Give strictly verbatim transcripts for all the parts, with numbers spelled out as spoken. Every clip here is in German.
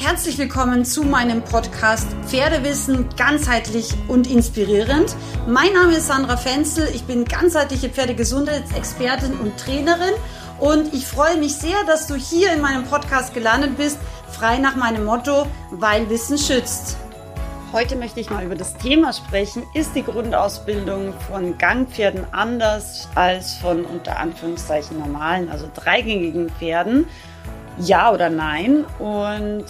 Herzlich willkommen zu meinem Podcast Pferdewissen ganzheitlich und inspirierend. Mein Name ist Sandra Fenzel, ich bin ganzheitliche Pferdegesundheitsexpertin und Trainerin und ich freue mich sehr, dass du hier in meinem Podcast gelandet bist, frei nach meinem Motto, weil Wissen schützt. Heute möchte ich mal über das Thema sprechen, ist die Grundausbildung von Gangpferden anders als von unter Anführungszeichen normalen, also dreigängigen Pferden? Ja oder nein? Und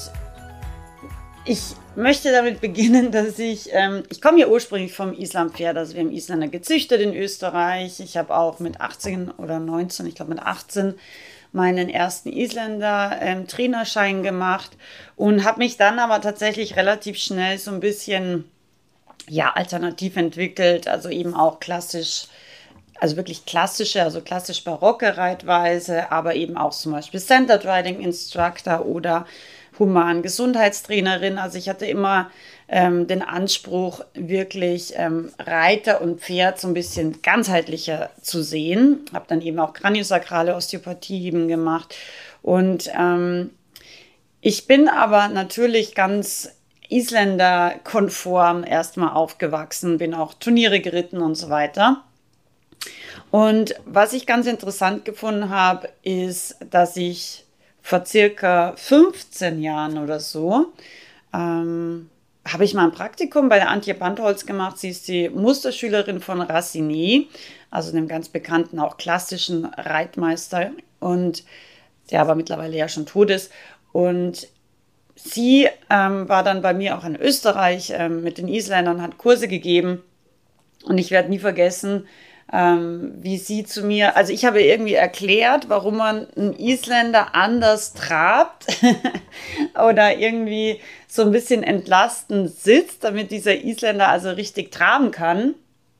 ich möchte damit beginnen, dass ich, ähm, ich komme ja ursprünglich vom Islampferd, also wir haben Isländer gezüchtet in Österreich. Ich habe auch mit achtzehn oder neunzehn, ich glaube mit achtzehn, meinen ersten Isländer ähm, Trainerschein gemacht und habe mich dann aber tatsächlich relativ schnell so ein bisschen, ja, alternativ entwickelt, also eben auch klassisch, also wirklich klassische, also klassisch-barocke Reitweise, aber eben auch zum Beispiel Centered Riding Instructor oder human Gesundheitstrainerin. Also ich hatte immer ähm, den Anspruch, wirklich ähm, Reiter und Pferd so ein bisschen ganzheitlicher zu sehen. Habe dann eben auch kraniosakrale Osteopathie eben gemacht. Und ähm, ich bin aber natürlich ganz Isländer-konform erstmal aufgewachsen, bin auch Turniere geritten und so weiter. Und was ich ganz interessant gefunden habe, ist, dass ich vor circa fünfzehn Jahren oder so, ähm, habe ich mal ein Praktikum bei der Antje Bandholz gemacht. Sie ist die Musterschülerin von Racine, also dem ganz bekannten, auch klassischen Reitmeister, und der aber mittlerweile ja schon tot ist. Und sie ähm, war dann bei mir auch in Österreich ähm, mit den Isländern, hat Kurse gegeben. Und ich werde nie vergessen, Ähm, wie sie zu mir, also ich habe irgendwie erklärt, warum man einen Isländer anders trabt oder irgendwie so ein bisschen entlastend sitzt, damit dieser Isländer also richtig traben kann.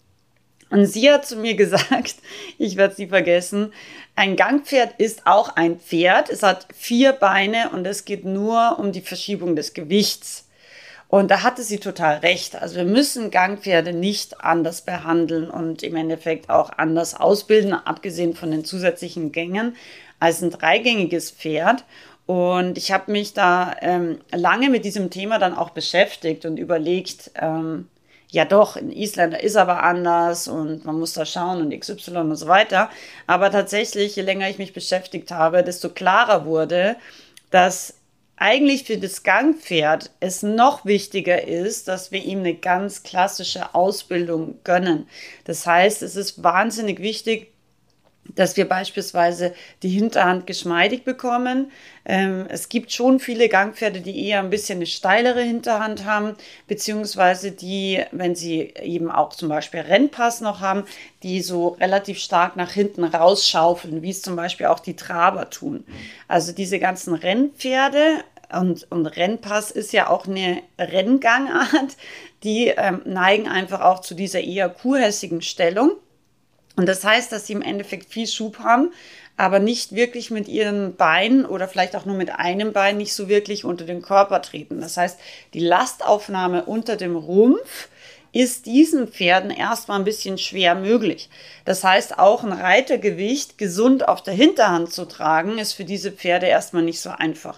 Und sie hat zu mir gesagt, ich werde es nie vergessen, ein Gangpferd ist auch ein Pferd, es hat vier Beine und es geht nur um die Verschiebung des Gewichts. Und da hatte sie total recht. Also wir müssen Gangpferde nicht anders behandeln und im Endeffekt auch anders ausbilden, abgesehen von den zusätzlichen Gängen, als ein dreigängiges Pferd. Und ich habe mich da ähm, lange mit diesem Thema dann auch beschäftigt und überlegt, ähm, ja doch, ein Isländer ist aber anders und man muss da schauen und X Y und so weiter. Aber tatsächlich, je länger ich mich beschäftigt habe, desto klarer wurde, dass eigentlich für das Gangpferd es noch wichtiger ist, dass wir ihm eine ganz klassische Ausbildung gönnen. Das heißt, es ist wahnsinnig wichtig, dass wir beispielsweise die Hinterhand geschmeidig bekommen. Ähm, es gibt schon viele Gangpferde, die eher ein bisschen eine steilere Hinterhand haben, beziehungsweise die, wenn sie eben auch zum Beispiel Rennpass noch haben, die so relativ stark nach hinten rausschaufeln, wie es zum Beispiel auch die Traber tun. Also diese ganzen Rennpferde, und, und Rennpass ist ja auch eine Renngangart, die ähm, neigen einfach auch zu dieser eher kurhässigen Stellung. Und das heißt, dass sie im Endeffekt viel Schub haben, aber nicht wirklich mit ihren Beinen oder vielleicht auch nur mit einem Bein nicht so wirklich unter den Körper treten. Das heißt, die Lastaufnahme unter dem Rumpf ist diesen Pferden erstmal ein bisschen schwer möglich. Das heißt, auch ein Reitergewicht gesund auf der Hinterhand zu tragen, ist für diese Pferde erstmal nicht so einfach.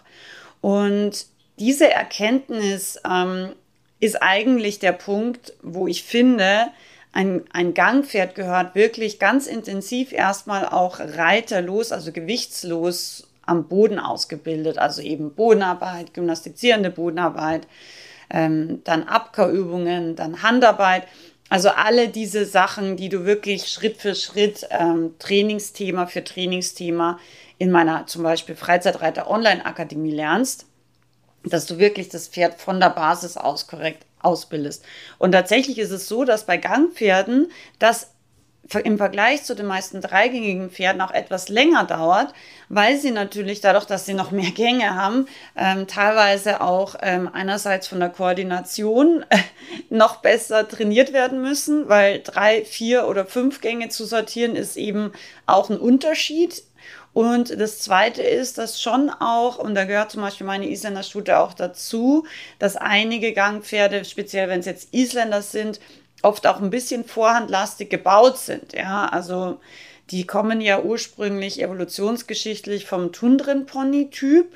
Und diese Erkenntnis ähm, ist eigentlich der Punkt, wo ich finde, Ein, ein Gangpferd gehört wirklich ganz intensiv erstmal auch reiterlos, also gewichtslos am Boden ausgebildet. Also eben Bodenarbeit, gymnastizierende Bodenarbeit, ähm, dann Abkehrübungen, dann Handarbeit. Also alle diese Sachen, die du wirklich Schritt für Schritt ähm, Trainingsthema für Trainingsthema in meiner zum Beispiel Freizeitreiter-Online-Akademie lernst, dass du wirklich das Pferd von der Basis aus korrekt ausbildest. Und tatsächlich ist es so, dass bei Gangpferden das im Vergleich zu den meisten dreigängigen Pferden auch etwas länger dauert, weil sie natürlich dadurch, dass sie noch mehr Gänge haben, ähm, teilweise auch ähm, einerseits von der Koordination äh, noch besser trainiert werden müssen, weil drei, vier oder fünf Gänge zu sortieren ist eben auch ein Unterschied. Und das Zweite ist, dass schon auch, und da gehört zum Beispiel meine Isländerstute auch dazu, dass einige Gangpferde, speziell wenn es jetzt Isländer sind, oft auch ein bisschen vorhandlastig gebaut sind. Ja, also die kommen ja ursprünglich evolutionsgeschichtlich vom Tundrenpony-Typ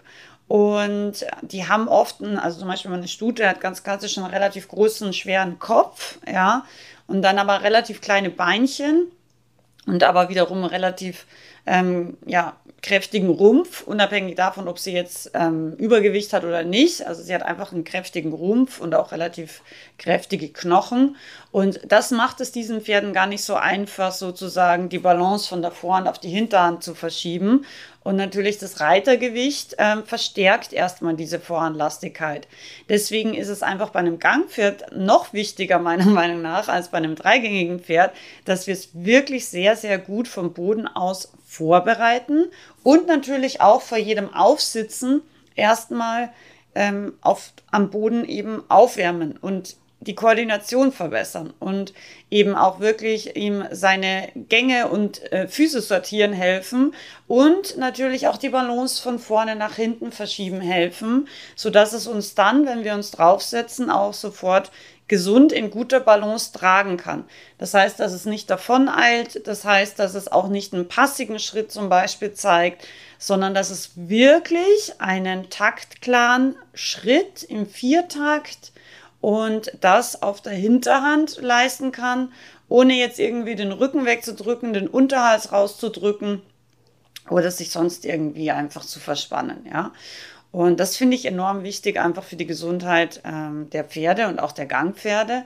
Und die haben oft, einen, also zum Beispiel meine Stute hat ganz klassisch einen relativ großen, schweren Kopf, ja, und dann aber relativ kleine Beinchen und aber wiederum relativ ähm, ja, kräftigen Rumpf, unabhängig davon, ob sie jetzt ähm, Übergewicht hat oder nicht. Also sie hat einfach einen kräftigen Rumpf und auch relativ kräftige Knochen. Und das macht es diesen Pferden gar nicht so einfach, sozusagen die Balance von der Vorhand auf die Hinterhand zu verschieben. Und natürlich das Reitergewicht ähm, verstärkt erstmal diese Vorhandlastigkeit. Deswegen ist es einfach bei einem Gangpferd noch wichtiger, meiner Meinung nach, als bei einem dreigängigen Pferd, dass wir es wirklich sehr, sehr gut vom Boden aus vorbereiten und natürlich auch vor jedem Aufsitzen erstmal ähm, auf, am Boden eben aufwärmen und die Koordination verbessern und eben auch wirklich ihm seine Gänge und äh, Füße sortieren helfen und natürlich auch die Balance von vorne nach hinten verschieben helfen, sodass es uns dann, wenn wir uns draufsetzen, auch sofort gesund in guter Balance tragen kann. Das heißt, dass es nicht davon eilt, das heißt, dass es auch nicht einen passigen Schritt zum Beispiel zeigt, sondern dass es wirklich einen taktklaren Schritt im Viertakt und das auf der Hinterhand leisten kann, ohne jetzt irgendwie den Rücken wegzudrücken, den Unterhals rauszudrücken oder sich sonst irgendwie einfach zu verspannen, ja. Und das finde ich enorm wichtig, einfach für die Gesundheit ähm, der Pferde und auch der Gangpferde.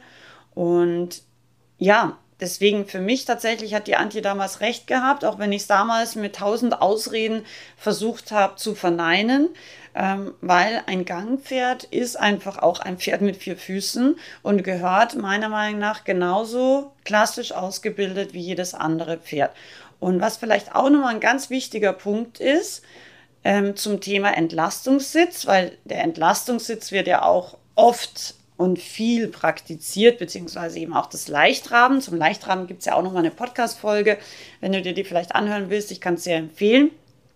Und ja, deswegen für mich tatsächlich hat die Antje damals recht gehabt, auch wenn ich es damals mit tausend Ausreden versucht habe zu verneinen, ähm, weil ein Gangpferd ist einfach auch ein Pferd mit vier Füßen und gehört meiner Meinung nach genauso klassisch ausgebildet wie jedes andere Pferd. Und was vielleicht auch nochmal ein ganz wichtiger Punkt ist, ähm, zum Thema Entlastungssitz, weil der Entlastungssitz wird ja auch oft und viel praktiziert, beziehungsweise eben auch das Leichtraben. Zum Leichtraben gibt es ja auch nochmal eine Podcast-Folge, wenn du dir die vielleicht anhören willst. Ich kann es sehr empfehlen.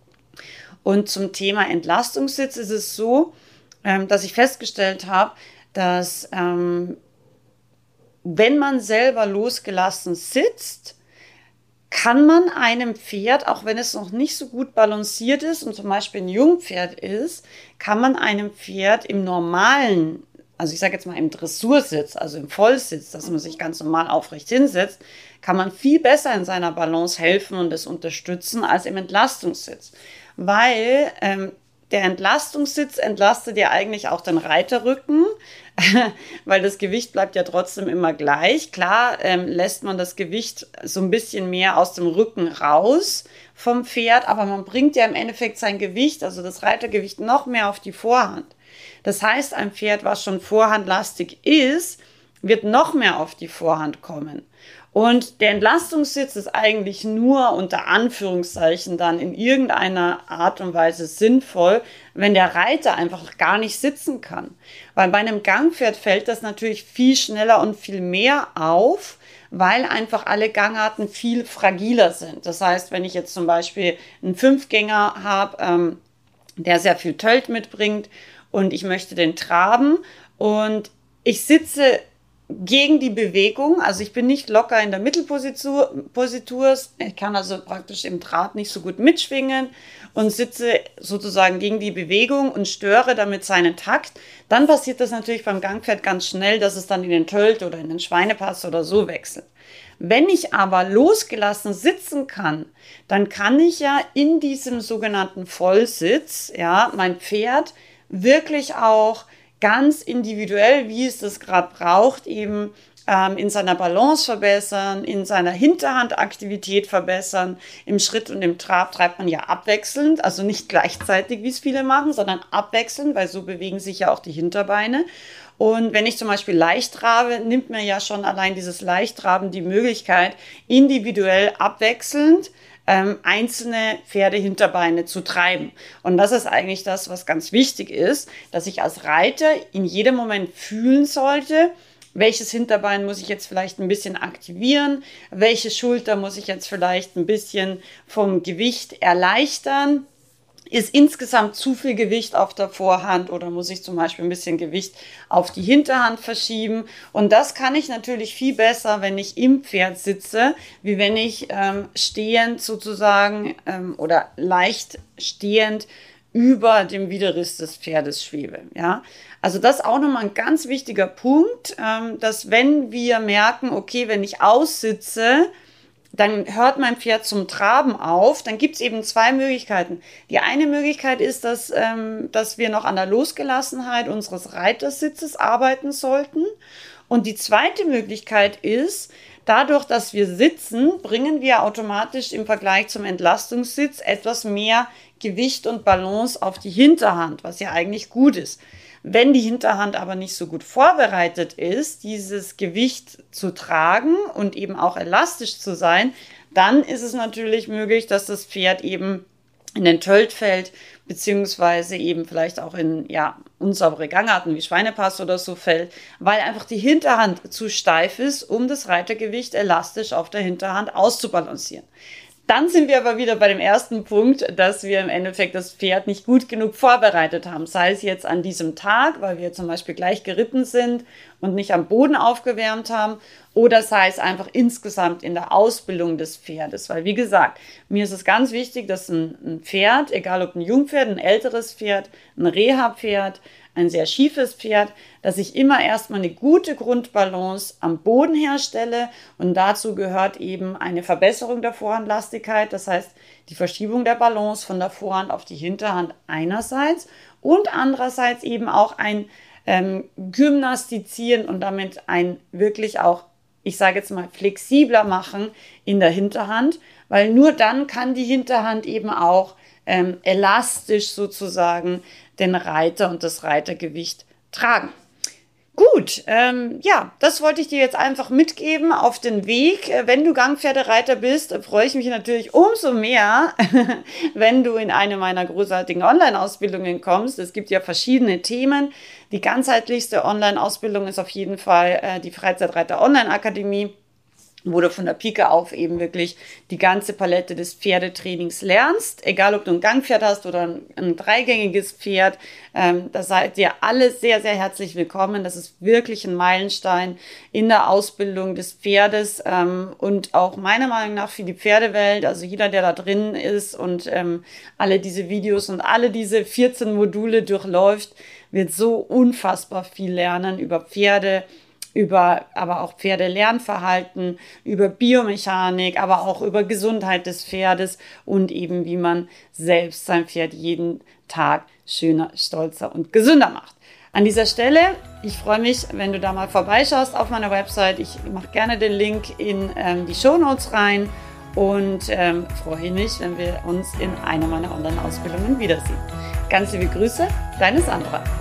Und zum Thema Entlastungssitz ist es so, ähm, dass ich festgestellt habe, dass ähm, wenn man selber losgelassen sitzt, kann man einem Pferd, auch wenn es noch nicht so gut balanciert ist und zum Beispiel ein Jungpferd ist, kann man einem Pferd im normalen, also ich sage jetzt mal im Dressursitz, also im Vollsitz, dass man sich ganz normal aufrecht hinsetzt, kann man viel besser in seiner Balance helfen und es unterstützen als im Entlastungssitz. Weil ähm, der Entlastungssitz entlastet ja eigentlich auch den Reiterrücken, weil das Gewicht bleibt ja trotzdem immer gleich. Klar ähm, lässt man das Gewicht so ein bisschen mehr aus dem Rücken raus vom Pferd, aber man bringt ja im Endeffekt sein Gewicht, also das Reitergewicht, noch mehr auf die Vorhand. Das heißt, ein Pferd, was schon vorhandlastig ist, wird noch mehr auf die Vorhand kommen. Und der Entlastungssitz ist eigentlich nur unter Anführungszeichen dann in irgendeiner Art und Weise sinnvoll, wenn der Reiter einfach gar nicht sitzen kann. Weil bei einem Gangpferd fällt das natürlich viel schneller und viel mehr auf, weil einfach alle Gangarten viel fragiler sind. Das heißt, wenn ich jetzt zum Beispiel einen Fünfgänger habe, ähm, der sehr viel Tölt mitbringt und ich möchte den traben und ich sitze gegen die Bewegung, also ich bin nicht locker in der Mittelpositur, Positur, ich kann also praktisch im Trab nicht so gut mitschwingen und sitze sozusagen gegen die Bewegung und störe damit seinen Takt, dann passiert das natürlich beim Gangpferd ganz schnell, dass es dann in den Tölt oder in den Schweinepass oder so wechselt. Wenn ich aber losgelassen sitzen kann, dann kann ich ja in diesem sogenannten Vollsitz, ja, mein Pferd wirklich auch ganz individuell, wie es das gerade braucht, eben ähm, in seiner Balance verbessern, in seiner Hinterhandaktivität verbessern. Im Schritt und im Trab treibt man ja abwechselnd, also nicht gleichzeitig, wie es viele machen, sondern abwechselnd, weil so bewegen sich ja auch die Hinterbeine. Und wenn ich zum Beispiel leicht trabe, nimmt mir ja schon allein dieses Leichttraben die Möglichkeit, individuell abwechselnd ähm, einzelne Pferdehinterbeine zu treiben. Und das ist eigentlich das, was ganz wichtig ist, dass ich als Reiter in jedem Moment fühlen sollte, welches Hinterbein muss ich jetzt vielleicht ein bisschen aktivieren, welche Schulter muss ich jetzt vielleicht ein bisschen vom Gewicht erleichtern. Ist insgesamt zu viel Gewicht auf der Vorhand oder muss ich zum Beispiel ein bisschen Gewicht auf die Hinterhand verschieben? Und das kann ich natürlich viel besser, wenn ich im Pferd sitze, wie wenn ich ähm, stehend sozusagen ähm, oder leicht stehend über dem Widerriss des Pferdes schwebe. Ja? Also das ist auch nochmal ein ganz wichtiger Punkt, ähm, dass wenn wir merken, okay, wenn ich aussitze, dann hört mein Pferd zum Traben auf, dann gibt es eben zwei Möglichkeiten. Die eine Möglichkeit ist, dass, ähm, dass wir noch an der Losgelassenheit unseres Reitersitzes arbeiten sollten. Und die zweite Möglichkeit ist, dadurch, dass wir sitzen, bringen wir automatisch im Vergleich zum Entlastungssitz etwas mehr Gewicht und Balance auf die Hinterhand, was ja eigentlich gut ist. Wenn die Hinterhand aber nicht so gut vorbereitet ist, dieses Gewicht zu tragen und eben auch elastisch zu sein, dann ist es natürlich möglich, dass das Pferd eben in den Tölt fällt, beziehungsweise eben vielleicht auch in ja, unsaubere Gangarten wie Schweinepass oder so fällt, weil einfach die Hinterhand zu steif ist, um das Reitergewicht elastisch auf der Hinterhand auszubalancieren. Dann sind wir aber wieder bei dem ersten Punkt, dass wir im Endeffekt das Pferd nicht gut genug vorbereitet haben. Sei es jetzt an diesem Tag, weil wir zum Beispiel gleich geritten sind und nicht am Boden aufgewärmt haben, oder sei es einfach insgesamt in der Ausbildung des Pferdes. Weil wie gesagt, mir ist es ganz wichtig, dass ein Pferd, egal ob ein Jungpferd, ein älteres Pferd, ein Reha-Pferd, ein sehr schiefes Pferd, dass ich immer erstmal eine gute Grundbalance am Boden herstelle und dazu gehört eben eine Verbesserung der Vorhandlastigkeit, das heißt die Verschiebung der Balance von der Vorhand auf die Hinterhand einerseits und andererseits eben auch ein ähm, Gymnastizieren und damit ein wirklich auch, ich sage jetzt mal, flexibler machen in der Hinterhand, weil nur dann kann die Hinterhand eben auch ähm, elastisch sozusagen den Reiter und das Reitergewicht tragen. Gut, ähm, ja, das wollte ich dir jetzt einfach mitgeben auf den Weg. Wenn du Gangpferdereiter bist, freue ich mich natürlich umso mehr, wenn du in eine meiner großartigen Online-Ausbildungen kommst. Es gibt ja verschiedene Themen. Die ganzheitlichste Online-Ausbildung ist auf jeden Fall äh, die Freizeitreiter Online-Akademie, wo du von der Pike auf eben wirklich die ganze Palette des Pferdetrainings lernst. Egal, ob du ein Gangpferd hast oder ein, ein dreigängiges Pferd, ähm, da seid ihr alle sehr, sehr herzlich willkommen. Das ist wirklich ein Meilenstein in der Ausbildung des Pferdes ähm, und auch meiner Meinung nach für die Pferdewelt. Also jeder, der da drin ist und ähm, alle diese Videos und alle diese vierzehn Module durchläuft, wird so unfassbar viel lernen über Pferde, über aber auch Pferdelernverhalten, über Biomechanik, aber auch über Gesundheit des Pferdes und eben wie man selbst sein Pferd jeden Tag schöner, stolzer und gesünder macht. An dieser Stelle, ich freue mich, wenn du da mal vorbeischaust auf meiner Website. Ich mache gerne den Link in ähm, die Shownotes rein und ähm, freue mich, wenn wir uns in einer meiner Online-Ausbildungen wiedersehen. Ganz liebe Grüße, deine Sandra.